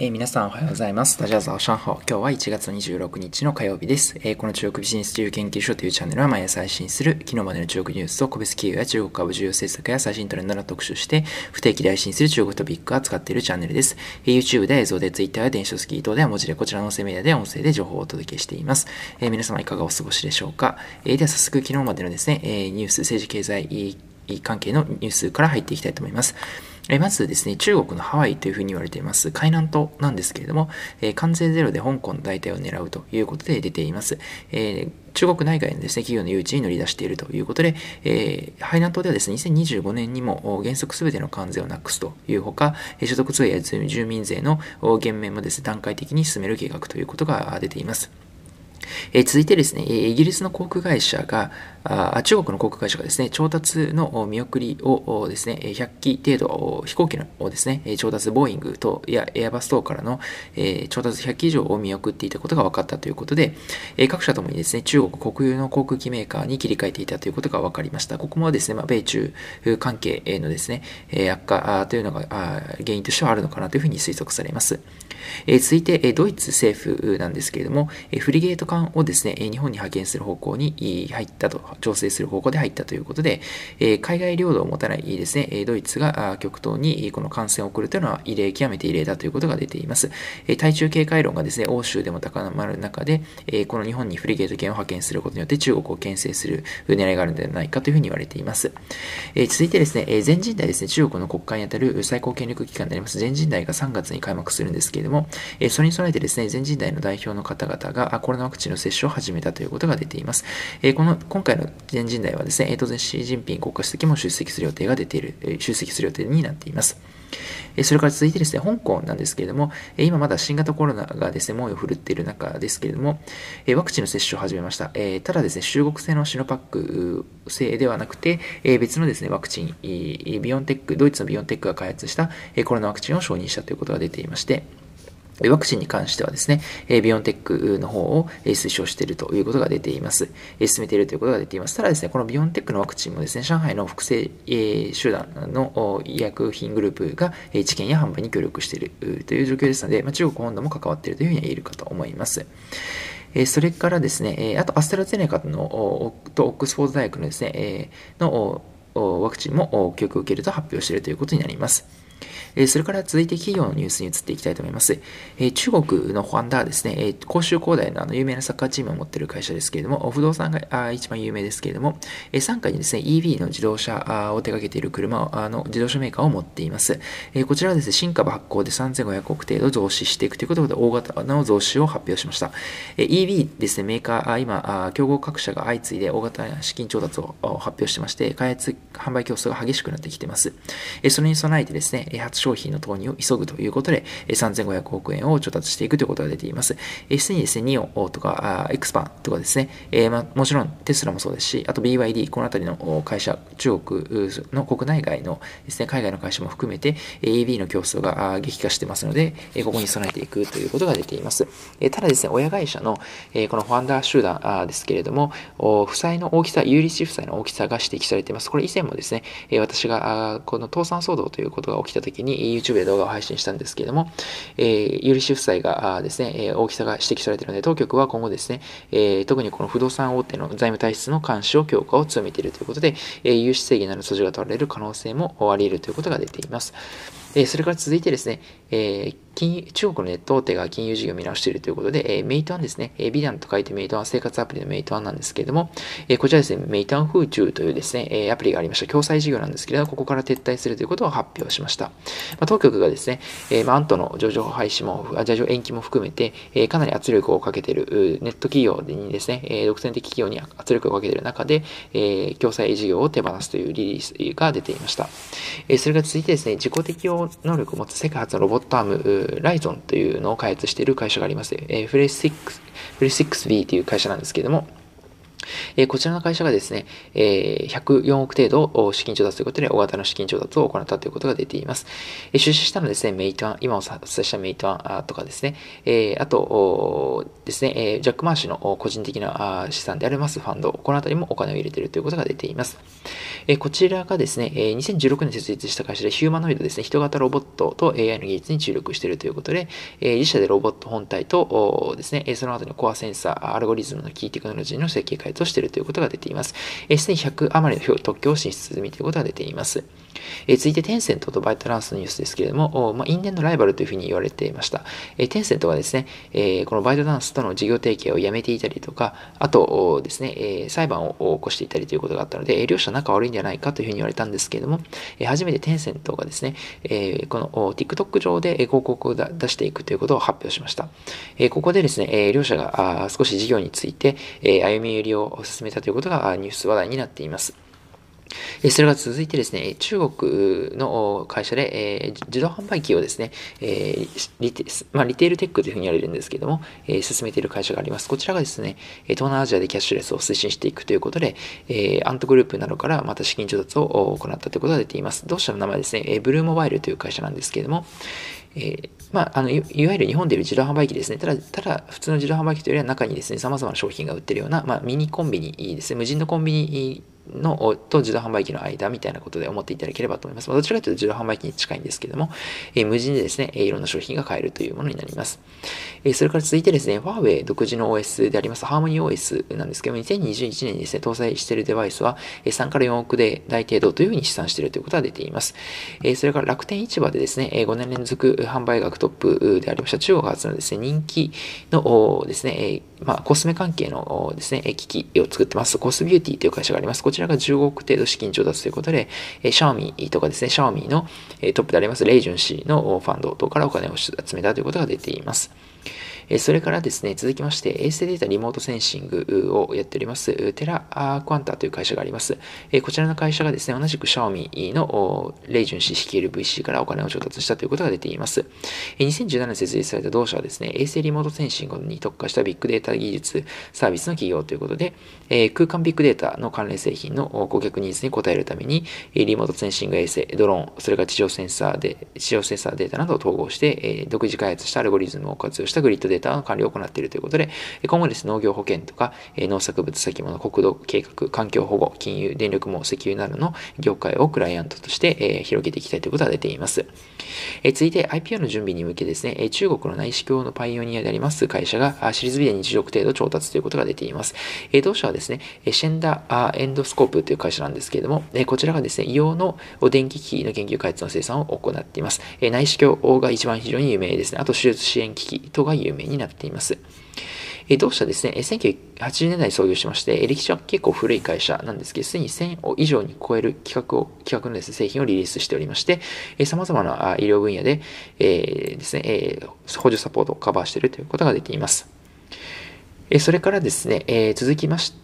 皆さんおはようございます。大家早上好。今日は1月26日の火曜日です。この中国ビジネス自由研究所というチャンネルは毎朝配信する昨日までの中国ニュースと個別企業や中国株重要政策や最新トレンドなど特集して不定期で配信する中国トピックを扱っているチャンネルです。YouTube で映像で Twitter や電子書籍等では文字でこちらの音声メディアで音声で情報をお届けしています。皆様いかがお過ごしでしょうか。では早速昨日までのですね、ニュース、政治経済関係のニュースから入っていきたいと思います。まずですね、中国のハワイというふうに言われています海南島なんですけれども、関税ゼロで香港の代替を狙うということで出ています。中国内外のですね、企業の誘致に乗り出しているということで、海南島ではですね、2025年にも原則すべての関税をなくすというほか、所得税や住民税の減免もですね、段階的に進める計画ということが出ています。続いてですね、イギリスの航空会社が、中国の航空会社がですね、調達の見送りをですね、100機程度、飛行機をですね、調達、ボーイングとやエアバス等からの、調達100機以上を見送っていたことが分かったということで、各社ともにですね、中国国有の航空機メーカーに切り替えていたということが分かりました。ここもですね、米中関係のですね、悪化というのが原因としてはあるのかなというふうに推測されます。続いて、ドイツ政府なんですけれども、フリゲート艦をですね、日本に派遣する方向に入ったと、調整する方向で入ったということで、海外領土を持たないですね、ドイツが極東にこの艦船を送るというのは極めて異例だということが出ています。対中警戒論がですね、欧州でも高まる中で、この日本にフリゲート艦を派遣することによって中国を牽制する狙いがあるのではないかというふうに言われています。続いてですね、全人代ですね、中国の国会にあたる最高権力機関になります全人代が3月に開幕するんですけれども、それに備えてですね、全人代の代表の方々がコロナワクチンの接種を始めたということが出ています。今回の全人代はですね、当然シー・ジンピン国家主席も出席する予定になっています。それから続いてですね、香港なんですけれども、今まだ新型コロナがですね、猛威を振るっている中ですけれども、ワクチンの接種を始めました。ただですね、中国製のシノパック製ではなくて、別のですね、ワクチン、ビオンテック、ドイツのビオンテックが開発したコロナワクチンを承認したということが出ていまして、ワクチンに関してはですね、ビオンテックの方を推奨しているということが出ています。進めているということが出ています。ただですね、このビオンテックのワクチンもですね、上海の複製集団の医薬品グループが治験や販売に協力しているという状況ですので、中国本土も関わっているというふうには言えるかと思います。それからですね、あとアストラゼネカとオックスフォード大学のですね、のワクチンも協力を受けると発表しているということになります。それから続いて企業のニュースに移っていきたいと思います。中国のホアンダーですね、広州恒大の有名なサッカーチームを持っている会社ですけれども、不動産が一番有名ですけれども、傘下にですね、EV の自動車を手掛けている車の自動車メーカーを持っています。こちらはですね、新株発行で3500億程度増資していくということで、大型の増資を発表しました。EV ですね、メーカー、今、競合各社が相次いで大型資金調達を発表してまして、開発、販売競争が激しくなってきています。それに備えてですね、初商品の投入を急ぐということで、3500億円を調達していくということが出ています。すでにですね、ニオとか、エクスパンとかですね、もちろんテスラもそうですし、あと BYD、このあたりの会社、中国の国内外のですね、海外の会社も含めて、EV の競争が激化してますので、ここに備えていくということが出ています。ただですね、親会社の、このファンダー集団ですけれども、負債の大きさ、有利子負債の大きさが指摘されています。これ以前もですね、私がこの倒産騒動ということが起きたときに、YouTube で動画を配信したんですけれども、有利子負債がですね、大きさが指摘されているので、当局は今後ですね、特にこの不動産大手の財務体質の監視を強化を強めているということで、融資制限などの措置が取られる可能性もあり得るということが出ています。それから続いてですね、中国のネット大手が金融事業を見直しているということで、メイトワンですね、美談と書いてメイトワン生活アプリのメイトワンなんですけれども、こちらですね、メイトワンフーチューというですね、アプリがありました。共済事業なんですけれども、ここから撤退するということを発表しました。当局がですね、アントの上場延期も含めて、かなり圧力をかけている、ネット企業にですね、独占的企業に圧力をかけている中で、共済事業を手放すというリリースが出ていました。それが続いてですね、自己適応能力を持つ世界初のロボットアーム、ライゾンというのを開発している会社があります。フレシックス V という会社なんですけれども、 こちらの会社がですね、104億程度資金調達ということで、大型の資金調達を行ったということが出ています。出資したのはですね、メイトワン、今お伝えしたメイトワンとかですね、あとですね、ジャック・マー氏の個人的な資産でありますファンド、このあたりもお金を入れているということが出ています。こちらがですね、2016年設立した会社でヒューマノイドですね、人型ロボットと AI の技術に注力しているということで、自社でロボット本体とですね、その後のコアセンサー、アルゴリズムのキーテクノロジーの設計開発をしているということが出ています。すでに100余りの特許を進出済みということが出ています。続いてテンセントとバイトダンスのニュースですけれども、因縁のライバルというふうに言われていました。テンセントがですね、このバイトダンスとの事業提携をやめていたりとか、あとですね、裁判を起こしていたりということがあったので、両者仲悪いんじゃないかというふうに言われたんですけれども、初めてテンセントがですね、この TikTok 上で広告を出していくということを発表しました。ここでですね、両者が少し事業について歩み寄りを進めたということがニュース話題になっています。それが続いてですね、中国の会社で、自動販売機をですね、リテールテックというふうに言われるんですけども、進めている会社があります。こちらがですね、東南アジアでキャッシュレスを推進していくということで、アントグループなどからまた資金調達を行ったということが出ています。同社の名前はですね、ブルーモバイルという会社なんですけれども、いわゆる日本でいう自動販売機ですね。ただ、普通の自動販売機というよりは中にですね、様々な商品が売っているような、ミニコンビニですね、無人のコンビニと自動販売機の間みたいなことで思っていただければと思います。どちらかというと自動販売機に近いんですけども、無人でですね、いろんな商品が買えるというものになります。それから続いてですね、ファーウェイ独自の OS でありますハーモニー OS なんですけども、2021年にですね、搭載しているデバイスは3から4億台程度というふうに試算しているということが出ています。それから楽天市場でですね、5年連続販売額トップでありました中国発のですね、人気のですね、コスメ関係のですね、機器を作ってます。コスビューティーという会社があります。こちらが15億程度資金調達ということで、シャオミとかですね、シャオミのトップでありますレイジュン氏のファンド等からお金を集めたということが出ています。それからですね、続きまして、衛星データリモートセンシングをやっております、テラクワンタという会社があります。こちらの会社がですね、同じくシャオミのレイジュン氏率いる VC からお金を調達したということが出ています。2017年設立された同社はですね、衛星リモートセンシングに特化したビッグデータ技術サービスの企業ということで、空間ビッグデータの関連製品の顧客ニーズに応えるために、リモートセンシング衛星、ドローン、それから地上センサーデータなどを統合して、独自開発したアルゴリズムを活用したグリッドデータの管理を行っているということで、今後ですね、農業保険とか、農作物先物、国土計画、環境保護、金融、電力網、石油などの業界をクライアントとして、広げていきたいということが出ています。続いて IPO の準備に向けですね、中国の内視鏡のパイオニアであります会社がシリーズ B で20億程度調達ということが出ています。同社はですね、シェンダエンドスコープという会社なんですけれども、こちらがですね、硫黄の電気機器の研究開発の生産を行っています。内視鏡が一番非常に有名ですね。あと手術支援機器等が有名になっています。同社ですね、1980年代に創業しまして、歴史は結構古い会社なんですけど、すでに1000を以上に超える企画のですね、製品をリリースしておりまして、様々な医療分野で、ですね、補助サポートをカバーしているということが出ています。それからですね、続きまして、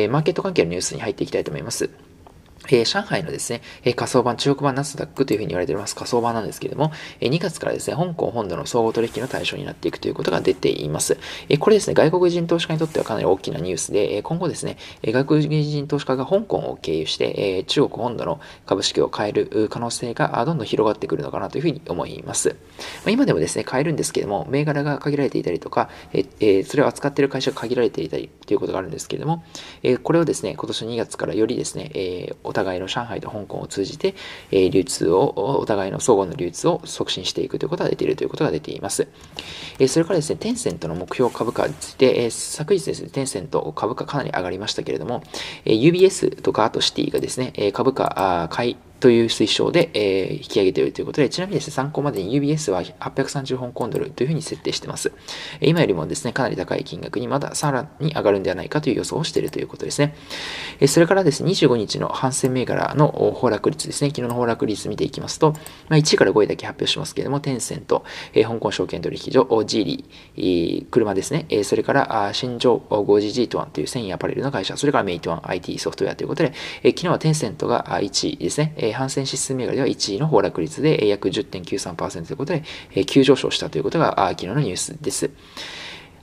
マーケット関係のニュースに入っていきたいと思います。上海のですね、仮想版、中国版ナスダックというふうに言われております仮想版なんですけれども、2月からですね、香港本土の総合取引の対象になっていくということが出ています。これですね、外国人投資家にとってはかなり大きなニュースで、今後ですね、外国人投資家が香港を経由して、中国本土の株式を買える可能性がどんどん広がってくるのかなというふうに思います。今でもですね、買えるんですけれども、銘柄が限られていたりとか、それを扱っている会社が限られていたりということがあるんですけれども、これをですね、今年2月からよりですね、お互いの上海と香港を通じて、お互いの相互の流通を促進していくということが出ているということが出ています。それからですね、テンセントの目標株価について、昨日ですね、テンセント株価かなり上がりましたけれども、UBS とかあとシティがですね、株価買いという推奨で、引き上げているということで、ちなみにですね、参考までに UBS は830香港ドルというふうに設定しています。今よりもですね、かなり高い金額にまださらに上がるんではないかという予想をしているということですね。それからですね、25日の反戦銘柄の崩落率ですね、昨日の崩落率見ていきますと、1位から5位だけ発表しますけれども、テンセント、香港証券取引所、ジーリー、車ですね、それから新庄 5GG という繊維アパレルの会社、それからメイトワン IT ソフトウェアということで、昨日はテンセントが1位ですね、反戦指数銘柄では1位の崩落率で約 10.93% ということで、急上昇したということが昨日のニュースです。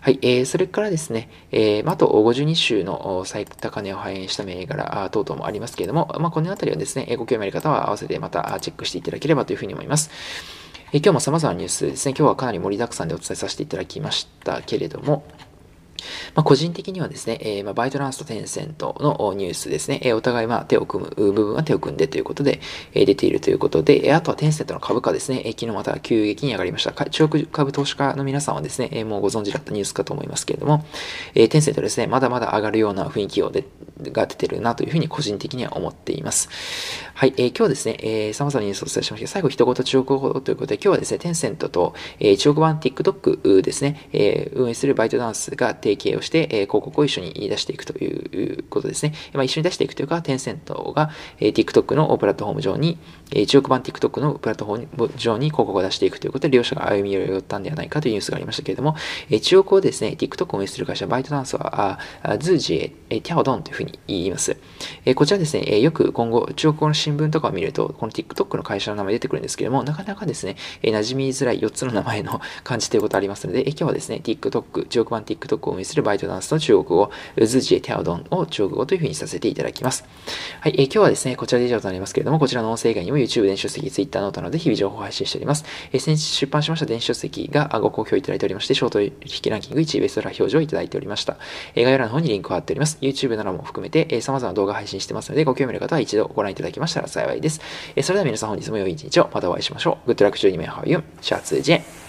はい、それからですね、あと52週の最高値を反映した銘柄等々もありますけれども、このあたりはですね、ご興味ある方は合わせてまたチェックしていただければというふうに思います。今日も様々なニュースですね、今日はかなり盛りだくさんでお伝えさせていただきましたけれども、個人的にはですね、バイトダンスとテンセントのニュースですね、お互い手を組む部分は手を組んでということで、出ているということで、あとはテンセントの株価ですね、昨日また急激に上がりました。中国株投資家の皆さんはですね、もうご存知だったニュースかと思いますけれども、テンセントですね、まだまだ上がるような雰囲気が出てるなというふうに個人的には思っています。はい、今日はですね、様々なニュースをお伝えしましたが、最後一言中国語ということで、今日はですね、テンセントと、中国版 TikTok ですね、運営するバイトダンスが提携をして、広告を一緒に出していくということですね。一緒に出していくというか、テンセントが、TikTok のプラットフォーム上に、中国版 TikTok のプラットフォーム上に広告を出していくということで、両者が歩み寄ったんではないかというニュースがありましたけれども、中国語でですね、TikTok を運営する会社、バイトダンスは、ズージエ、ティャオドンというふうに言います。こちらですね、よく今後、中国語の新聞とかを見ると、この TikTok の会社の名前出てくるんですけれども、なかなかですね、馴染みづらい4つの名前の漢字ということがありますので、今日はですね、TikTok、中国版 TikTok を運営するバイトダンスの中国語、ズジエティアオドンを中国語というふうにさせていただきます。はい、今日はですね、こちらで以上となりますけれども、こちらの音声以外にも YouTube 電子書籍、Twitter ノートなどで日々情報を配信しております。先日出版しました電子書籍がご好評いただいておりまして、ショート取引ランキング1位ベストラー表示をいただいておりました。概要欄の方にリンクを貼っております。YouTube なども含めて、様々な動画配信してますので、ご興味ある方は一度ご覧いただきましたら幸いです。それでは皆さん本日も良い一日を、またお会いしましょう。Good luck to you, シャツジェン。